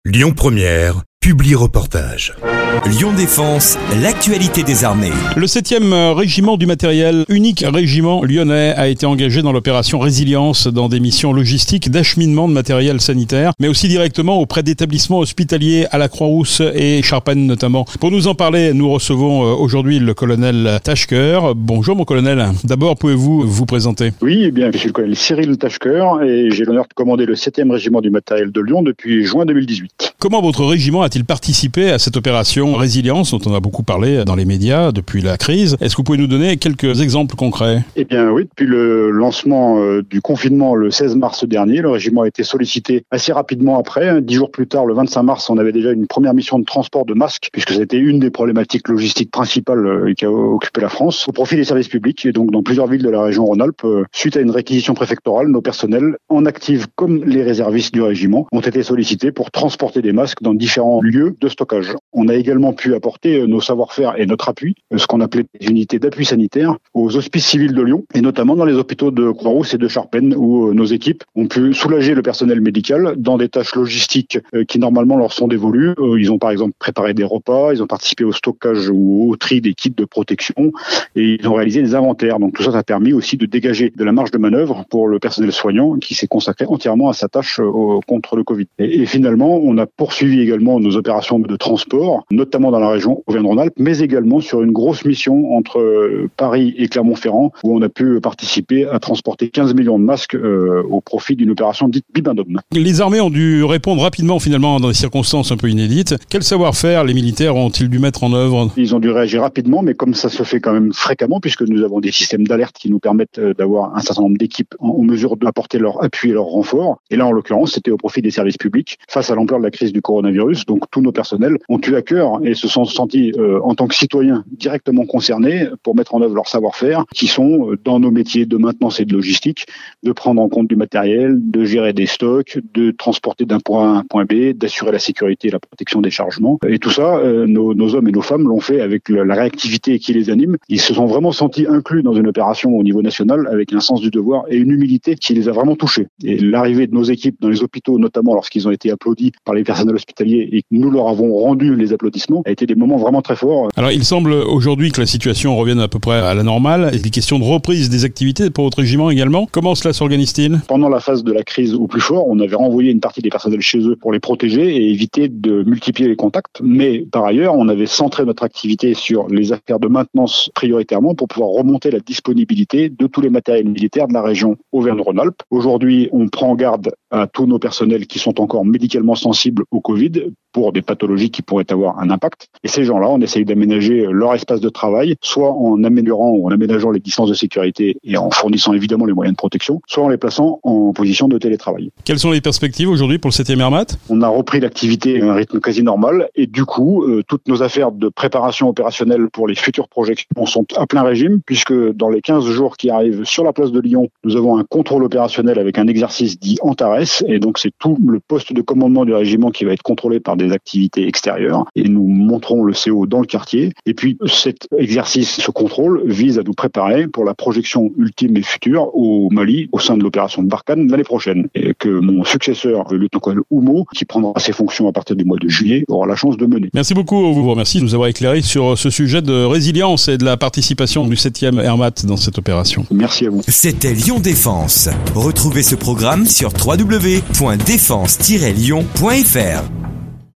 Lyon Première, publi-reportage. Lyon Défense, l'actualité des armées. Le 7e régiment du matériel, unique régiment lyonnais, a été engagé dans l'opération Résilience dans des missions logistiques d'acheminement de matériel sanitaire, mais aussi directement auprès d'établissements hospitaliers à la Croix-Rousse et Charpennes notamment. Pour nous en parler, nous recevons aujourd'hui le colonel Tascheker. Bonjour mon colonel. D'abord, pouvez-vous vous présenter ? Oui, je suis le colonel Cyril Tascheker et j'ai l'honneur de commander le 7e régiment du matériel de Lyon depuis juin 2018. Comment votre régiment a-t-il participé à cette opération Résilience dont on a beaucoup parlé dans les médias depuis la crise? Est-ce que vous pouvez nous donner quelques exemples concrets? Oui, depuis le lancement du confinement le 16 mars dernier, le régiment a été sollicité assez rapidement après. 10 jours plus tard, le 25 mars, on avait déjà une première mission de transport de masques, puisque c'était une des problématiques logistiques principales qui a occupé la France, au profit des services publics. Et donc, dans plusieurs villes de la région Rhône-Alpes, suite à une réquisition préfectorale, nos personnels, en active comme les réservistes du régiment, ont été sollicités pour transporter des masques dans différents lieux de stockage. On a également pu apporter nos savoir-faire et notre appui, ce qu'on appelait des unités d'appui sanitaire, aux hospices civils de Lyon, et notamment dans les hôpitaux de Croix-Rousse et de Charpennes, où nos équipes ont pu soulager le personnel médical dans des tâches logistiques qui normalement leur sont dévolues. Ils ont par exemple préparé des repas, ils ont participé au stockage ou au tri des kits de protection, et ils ont réalisé des inventaires. Donc tout ça a permis aussi de dégager de la marge de manœuvre pour le personnel soignant qui s'est consacré entièrement à sa tâche contre le Covid. Et finalement, on a poursuivi également nos opérations de transport, notamment dans la région Auvergne-Rhône-Alpes, mais également sur une grosse mission entre Paris et Clermont-Ferrand, où on a pu participer à transporter 15 millions de masques au profit d'une opération dite Bibendum. Les armées ont dû répondre rapidement finalement dans des circonstances un peu inédites. Quel savoir-faire les militaires ont-ils dû mettre en œuvre? Ils ont dû réagir rapidement, mais comme ça se fait quand même fréquemment, puisque nous avons des systèmes d'alerte qui nous permettent d'avoir un certain nombre d'équipes en mesure d'apporter leur appui et leur renfort. Et là, en l'occurrence, c'était au profit des services publics face à l'ampleur de la crise du coronavirus. Donc tous nos personnels ont eu à cœur et se sont sentis en tant que citoyens directement concernés pour mettre en œuvre leur savoir-faire, qui sont dans nos métiers de maintenance et de logistique, de prendre en compte du matériel, de gérer des stocks, de transporter d'un point A à un point B, d'assurer la sécurité et la protection des chargements. Et tout ça, nos hommes et nos femmes l'ont fait avec la réactivité qui les anime. Ils se sont vraiment sentis inclus dans une opération au niveau national avec un sens du devoir et une humilité qui les a vraiment touchés. Et l'arrivée de nos équipes dans les hôpitaux, notamment lorsqu'ils ont été applaudis par les personnels hospitaliers et que nous leur avons rendu les applaudissements, a été des moments vraiment très forts. Alors il semble aujourd'hui que la situation revienne à peu près à la normale. Il y a des questions de reprise des activités pour votre régiment également. Comment cela s'organise-t-il? Pendant la phase de la crise au plus fort, on avait renvoyé une partie des personnels chez eux pour les protéger et éviter de multiplier les contacts. Mais par ailleurs, on avait centré notre activité sur les affaires de maintenance prioritairement pour pouvoir remonter la disponibilité de tous les matériels militaires de la région Auvergne-Rhône-Alpes. Aujourd'hui, on prend garde à tous nos personnels qui sont encore médicalement sensibles au Covid pour des pathologies qui pourraient avoir un impact. Et ces gens-là, on essaye d'aménager leur espace de travail, soit en améliorant ou en aménageant les distances de sécurité et en fournissant évidemment les moyens de protection, soit en les plaçant en position de télétravail. Quelles sont les perspectives aujourd'hui pour le 7e RMAT? On a repris l'activité à un rythme quasi normal et du coup, toutes nos affaires de préparation opérationnelle pour les futures projections sont à plein régime, puisque dans les 15 jours qui arrivent sur la place de Lyon, nous avons un contrôle opérationnel avec un exercice dit Antares, et donc c'est tout le poste de commandement du régiment qui va être contrôlé par des activités extérieures, et nous montrons le CO dans le quartier. Et puis cet exercice, ce contrôle, vise à nous préparer pour la projection ultime et future au Mali, au sein de l'opération de Barkhane l'année prochaine, et que mon successeur, le lieutenant-colonel Oumo, qui prendra ses fonctions à partir du mois de juillet, aura la chance de mener. Merci beaucoup, on vous remercie de nous avoir éclairé sur ce sujet de résilience et de la participation du 7e RMAT dans cette opération. Merci à vous. C'était Lyon Défense. Retrouvez ce programme sur www.défense-lyon.fr.